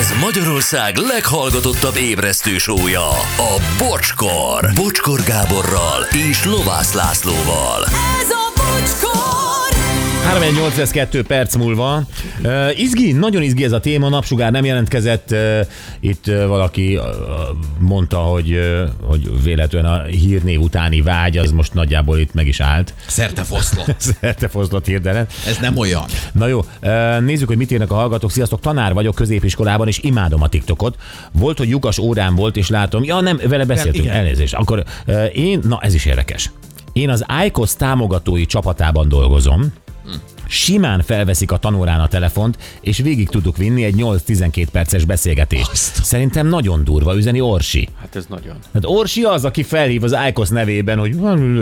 Ez Magyarország leghallgatottabb ébresztő show-ja, a Bocskor. Bocskor Gáborral és Lovász Lászlóval. Ez a Bocskor! 3:82 perc múlva. Izgi, nagyon izgi ez a téma, Napsugár nem jelentkezett. Itt valaki mondta, hogy véletlenül a hírnév utáni vágy, az most nagyjából itt meg is állt. Szertefoszlott hirdelet. Ez nem olyan. Na jó, nézzük, hogy mit írnak a hallgatók. Sziasztok, tanár vagyok középiskolában, és imádom a TikTokot. Volt, hogy lyukas órán volt, és látom, ja nem, vele beszéltünk, elnézést. Akkor ez is érdekes. Én az IQOS támogatói csapatában dolgozom. Simán felveszik a tanórán a telefont, és végig tudjuk vinni egy 8-12 perces beszélgetést. Szerintem nagyon durva, üzeni Orsi. Hát ez nagyon. Hát Orsi az, aki felhív az IQOS nevében, hogy...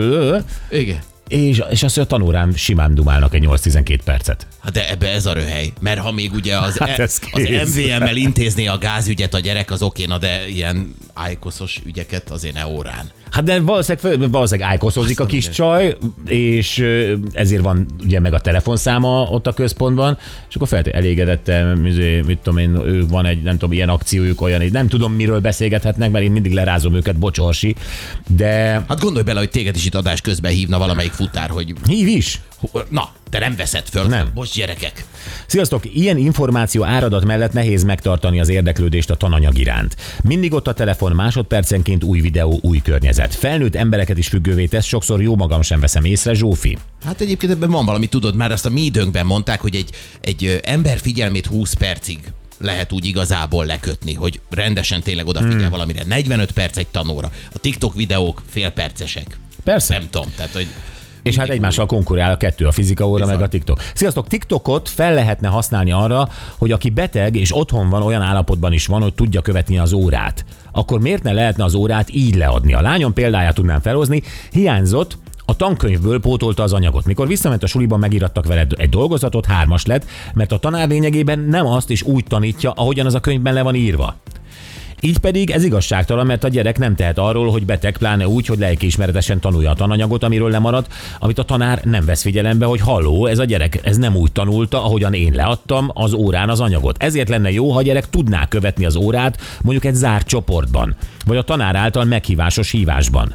Igen. És azt, hogy a tanórán simán dumálnak egy 8-12 percet. Hát de ebbe ez a röhely. Mert ha még ugye az MVM-mel intézné a gázügyet a gyerek, az oké, de ilyen IQOS-os ügyeket azért ne órán. Hát de valószínűleg IQOS-ozik a kis csaj, és ezért van ugye meg a telefonszáma ott a központban, és akkor elégedettem, mit tudom én, van egy, nem tudom, ilyen akciójuk, olyan, nem tudom miről beszélgethetnek, mert én mindig lerázom őket, bocs Orsi, de... Hát gondolj bele, hogy téged is itt adás közben hívna valamelyik futár, hogy... Hív is! Na, te nem veszed föl. Nem. Bocs, gyerekek. Sziasztok! Ilyen információ áradat mellett nehéz megtartani az érdeklődést a tananyag iránt. Mindig ott a telefon, másodpercenként új videó, új környezet. Felnőtt embereket is függővé tesz, sokszor jó magam sem veszem észre, Zsófi. Hát egyébként ebben van valami, tudod, már azt a mi időnkben mondták, hogy egy ember figyelmét 20 percig lehet úgy igazából lekötni, hogy rendesen tényleg odafigyel valamire. 45 perc egy tanóra. A TikTok videók félpercesek. Persze. Nem tudom, tehát hogy... És hát egymással konkurál a kettő, a fizika óra meg a TikTok. Sziasztok, TikTokot fel lehetne használni arra, hogy aki beteg és otthon van, olyan állapotban is van, hogy tudja követni az órát. Akkor miért ne lehetne az órát így leadni? A lányom példáját tudnám felhozni, hiányzott, a tankönyvből pótolta az anyagot. Mikor visszament a suliban, megírattak vele egy dolgozatot, 3-as lett, mert a tanár lényegében nem azt is úgy tanítja, ahogyan az a könyvben le van írva. Így pedig ez igazságtalan, mert a gyerek nem tehet arról, hogy beteg, pláne úgy, hogy lelkiismeretesen tanulja a tananyagot, amiről lemaradt, amit a tanár nem vesz figyelembe, hogy halló, ez a gyerek ez nem úgy tanulta, ahogyan én leadtam az órán az anyagot. Ezért lenne jó, ha a gyerek tudná követni az órát, mondjuk egy zárt csoportban, vagy a tanár által meghívásos hívásban.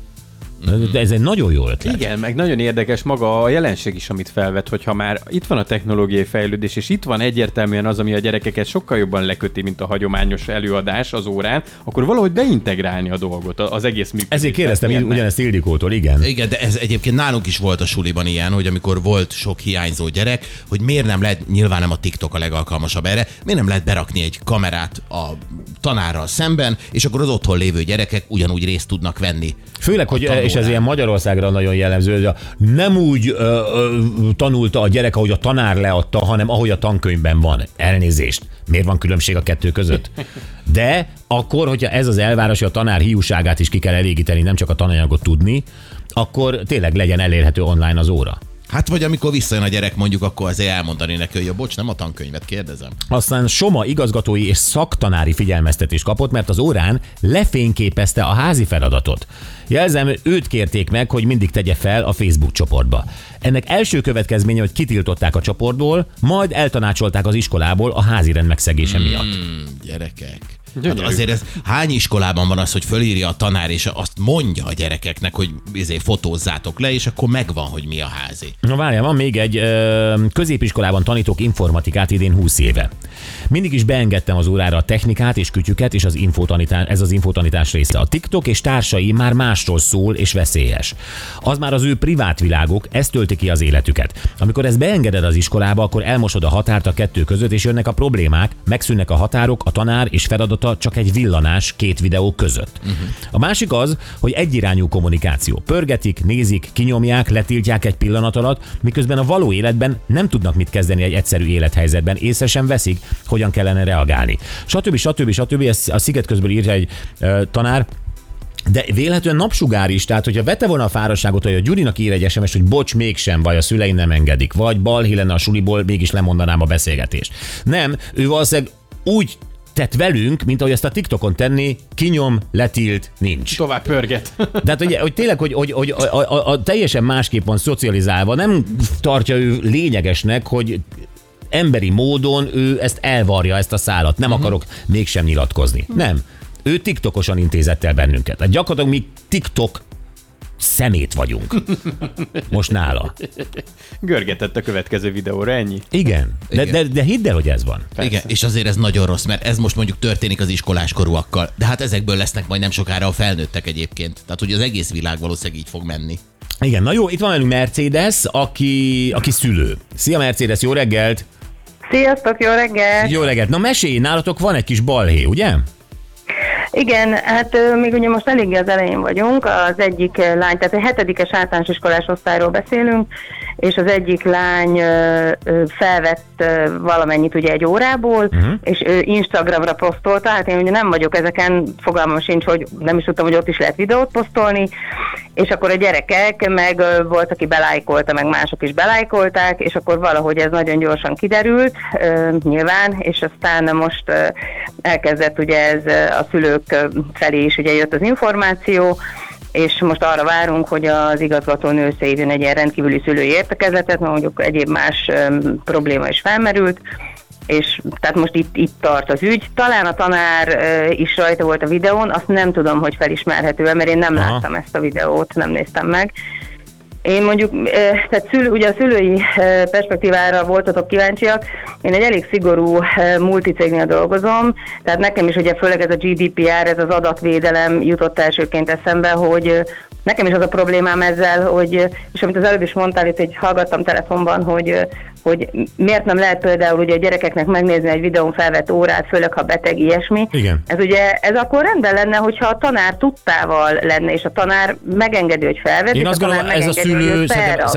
De ez egy nagyon jó ötlet. Igen, meg nagyon érdekes maga a jelenség is, amit felvet, hogyha már itt van a technológiai fejlődés, és itt van egyértelműen az, ami a gyerekeket sokkal jobban leköti, mint a hagyományos előadás az órán, akkor valahogy beintegrálni a dolgot, az egész működésbe. Ezért kérdeztem ugyanezt Ildikótól, igen. Igen, de ez egyébként nálunk is volt a suliban ilyen, hogy amikor volt sok hiányzó gyerek, hogy miért nem lehet, nyilván nem a TikTok a legalkalmasabb erre, miért nem lehet berakni egy kamerát a tanárral szemben, és akkor az otthon lévő gyerekek ugyanúgy részt tudnak venni. Főleg, hogy és ez ilyen Magyarországra nagyon jellemző, hogy nem úgy tanulta a gyerek, ahogy a tanár leadta, hanem ahogy a tankönyvben van. Elnézést. Miért van különbség a kettő között? De akkor, hogyha ez az elvárás, hogy a tanár hiúságát is ki kell elégíteni, nem csak a tananyagot tudni, akkor tényleg legyen elérhető online az óra. Hát vagy amikor visszajön a gyerek, mondjuk akkor azért elmondani neki, hogy bocs, nem a tankönyvet kérdezem. Aztán Soma igazgatói és szaktanári figyelmeztetést kapott, mert az órán lefényképezte a házi feladatot. Jelzem, őt kérték meg, hogy mindig tegye fel a Facebook csoportba. Ennek első következménye, hogy kitiltották a csoportból, majd eltanácsolták az iskolából a házirend megszegése miatt. Gyerekek. Hát azért ez hány iskolában van az, hogy fölírja a tanár, és azt mondja a gyerekeknek, hogy fotózzátok le, és akkor megvan, hogy mi a házi. Na várjál, van még egy középiskolában tanítok informatikát idén 20 éve. Mindig is beengedtem az órára a technikát és kütyüket, és ez az infotanítás része. A TikTok és társai már másról szól és veszélyes. Az már az ő privát világok, ez tölti ki az életüket. Amikor ezt beengeded az iskolába, akkor elmosod a határt a kettő között, és jönnek a problémák, megszűnnek a határok, a tanár és feladat csak egy villanás két videó között. A másik az, hogy egyirányú kommunikáció. Pörgetik, nézik, kinyomják, letiltják egy pillanat alatt, miközben a való életben nem tudnak mit kezdeni egy egyszerű élethelyzetben, észre sem veszik, hogyan kellene reagálni. Stb. Ezt a Sziget közből írja egy tanár, de véletlenül Napsugár is, tehát hogyha vette volna a fáradtságot, hogy a Gyurinak ír egy SMS, hogy bocs, mégsem, vagy a szüleim nem engedik, vagy balhé lenne a suliból, mégis lemondanám a beszélgetést. Nem, ő valószínűleg úgy tett velünk, mint ahogy ezt a TikTokon tenni, kinyom, letilt, nincs. Tovább pörget. Tehát, hogy tényleg, hogy teljesen másképp van szocializálva, nem tartja ő lényegesnek, hogy emberi módon ő ezt elvarja, ezt a szálat. Nem akarok mégsem nyilatkozni. Nem. Ő TikTokosan intézett el bennünket. Hát gyakorlatilag mi TikTok szemét vagyunk. Most nála. Görgetett a következő videóra, ennyi? Igen. De hidd el, hogy ez van. Persze. Igen, és azért ez nagyon rossz, mert ez most mondjuk történik az iskoláskorúakkal. De hát ezekből lesznek majd nem sokára a felnőttek egyébként. Tehát, hogy az egész világ valószínűleg így fog menni. Igen, na jó, itt van velünk Mercedes, aki szülő. Szia Mercedes, jó reggelt! Sziasztok, jó reggelt! Jó reggelt! Na mesélj, nálatok van egy kis balhé, ugye? Igen, hát még ugye most eléggé az elején vagyunk, az egyik lány, tehát egy 7-es általános iskolás osztályról beszélünk, és az egyik lány felvett valamennyit ugye egy órából, és ő Instagramra posztolta, hát én ugye nem vagyok ezeken, fogalmam sincs, hogy nem is tudtam, hogy ott is lehet videót posztolni, és akkor a gyerekek, meg volt, aki belájkolta, meg mások is belájkolták, és akkor valahogy ez nagyon gyorsan kiderült, nyilván, és aztán most elkezdett ugye ez a szülők felé is ugye jött az információ, és most arra várunk, hogy az igazgatónő összehívjon egy ilyen rendkívüli szülői értekezletet, mert mondjuk egyéb más probléma is felmerült, és tehát most itt tart az ügy. Talán a tanár is rajta volt a videón, azt nem tudom, hogy felismerhető-e, mert én nem láttam ezt a videót, nem néztem meg. Én mondjuk, tehát ugye a szülői perspektívára voltatok kíváncsiak, én egy elég szigorú multicégnél dolgozom, tehát nekem is ugye főleg ez a GDPR, ez az adatvédelem jutott elsőként eszembe, hogy nekem is az a problémám ezzel, hogy, és amit az előbb is mondtál itt, hogy hallgattam telefonban, hogy miért nem lehet például ugye a gyerekeknek megnézni egy videón felvett órát, főleg ha beteg, ilyesmi. Igen. Ez akkor rendben lenne, hogyha a tanár tudtával lenne, és a tanár megengedi, hogy felvett. Én azt gondolom, ez a szülő,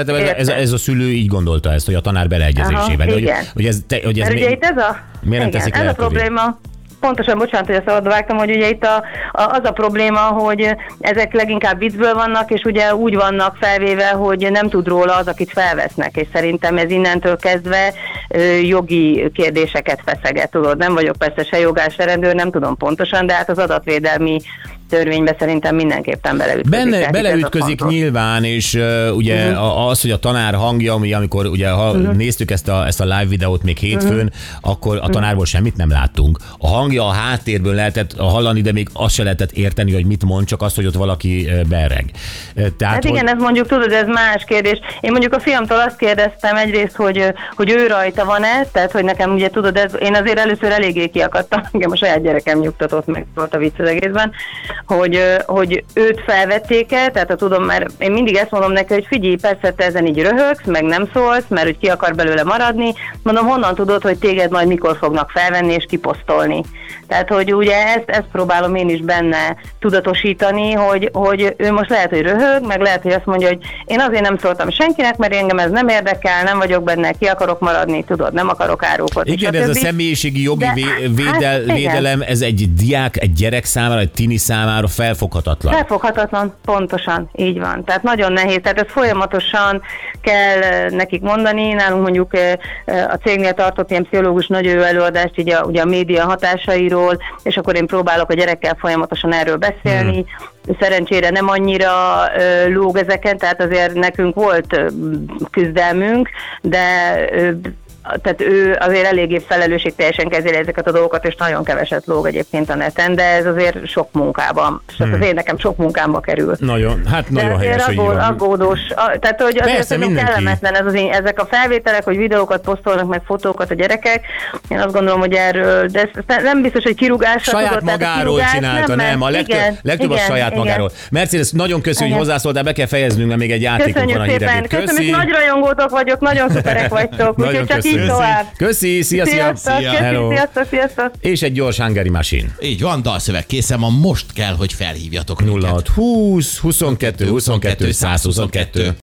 ez a szülő így gondolta ezt, hogy a tanár beleegyezésével. Mert ugye itt miért nem teszik ez a probléma. Pontosan, bocsánat, hogy ezt szabadba vágtam, hogy ugye itt az a probléma, hogy ezek leginkább viccből vannak, és ugye úgy vannak felvéve, hogy nem tud róla az, akit felvesznek, és szerintem ez innentől kezdve jogi kérdéseket feszeget, tudod. Nem vagyok persze se jogás, se rendőr, nem tudom pontosan, de hát az adatvédelmi törvénybe szerintem mindenképpen beleütközik. Beleütközik nyilván, és ugye az, hogy a tanár hangja, amikor ugye néztük ezt a live videót még hétfőn, akkor a tanárból semmit nem láttunk. A hangja a háttérből lehetett hallani, de még azt se lehetett érteni, hogy mit mond, csak azt, hogy ott valaki berreg. Tehát, hát igen, ez mondjuk tudod, ez más kérdés. Én mondjuk a fiamtól azt kérdeztem egyrészt, hogy ő rajta van-e, tehát hogy nekem ugye tudod, én azért először eléggé kiakadtam, engem a saját gyerekem nyugtatott meg volt a vicc az egészben, hogy őt felvették-e, tehát tudom, mert én mindig ezt mondom neki, hogy figyelj, persze te ezen így röhögsz, meg nem szólsz, mert hogy ki akar belőle maradni, mondom, honnan tudod, hogy téged majd mikor fognak felvenni és kiposztolni. Tehát, hogy ugye ezt próbálom én is benne tudatosítani, hogy ő most lehet, hogy röhög, meg lehet, hogy azt mondja, hogy én azért nem szóltam senkinek, mert engem ez nem érdekel, nem vagyok benne, ki akarok maradni, tudod, nem akarok árulkodni. Igen, ez a személyiségi jogi védelem, ez egy diák, egy gyerek számára, egy tini számára felfoghatatlan. Felfoghatatlan, pontosan, így van. Tehát nagyon nehéz, tehát ezt folyamatosan kell nekik mondani. Nálunk mondjuk a cégnél tartott ilyen pszichológus nagy előadást ugye a média hatásairól, és akkor én próbálok a gyerekkel folyamatosan erről beszélni. Szerencsére nem annyira lóg ezeken, tehát azért nekünk volt küzdelmünk, de tehát ő azért eléggé felelősségteljesen kezeli ezeket a dolgokat, és nagyon keveset lóg egyébként a neten, de ez azért sok munkában. És azért nekem sok munkámba kerül. Nagyon helyes, hogy aggódós. Tehát, hogy azért kellemetlen ezek a felvételek, hogy videókat posztolnak, meg fotókat a gyerekek. Én azt gondolom, hogy erről, de ez nem biztos, hogy kirúgásra saját magáról csinálta, nem. A legtöbb a saját magáról. Mercedes, nagyon köszönjük, hogy hozzászóltál, be kell fejeznünk, mert még egy játékunk van a hírekét. Köszönjük, nagy rajongótok vagyok, nagyon szuperek vagytok. Úgyhogy csak így tovább. Köszi, szia! Sziasztok. És egy gyors Hungary Machine. Így van, dalszöveg készen van, most kell, hogy felhívjatok 0620 22 22 122.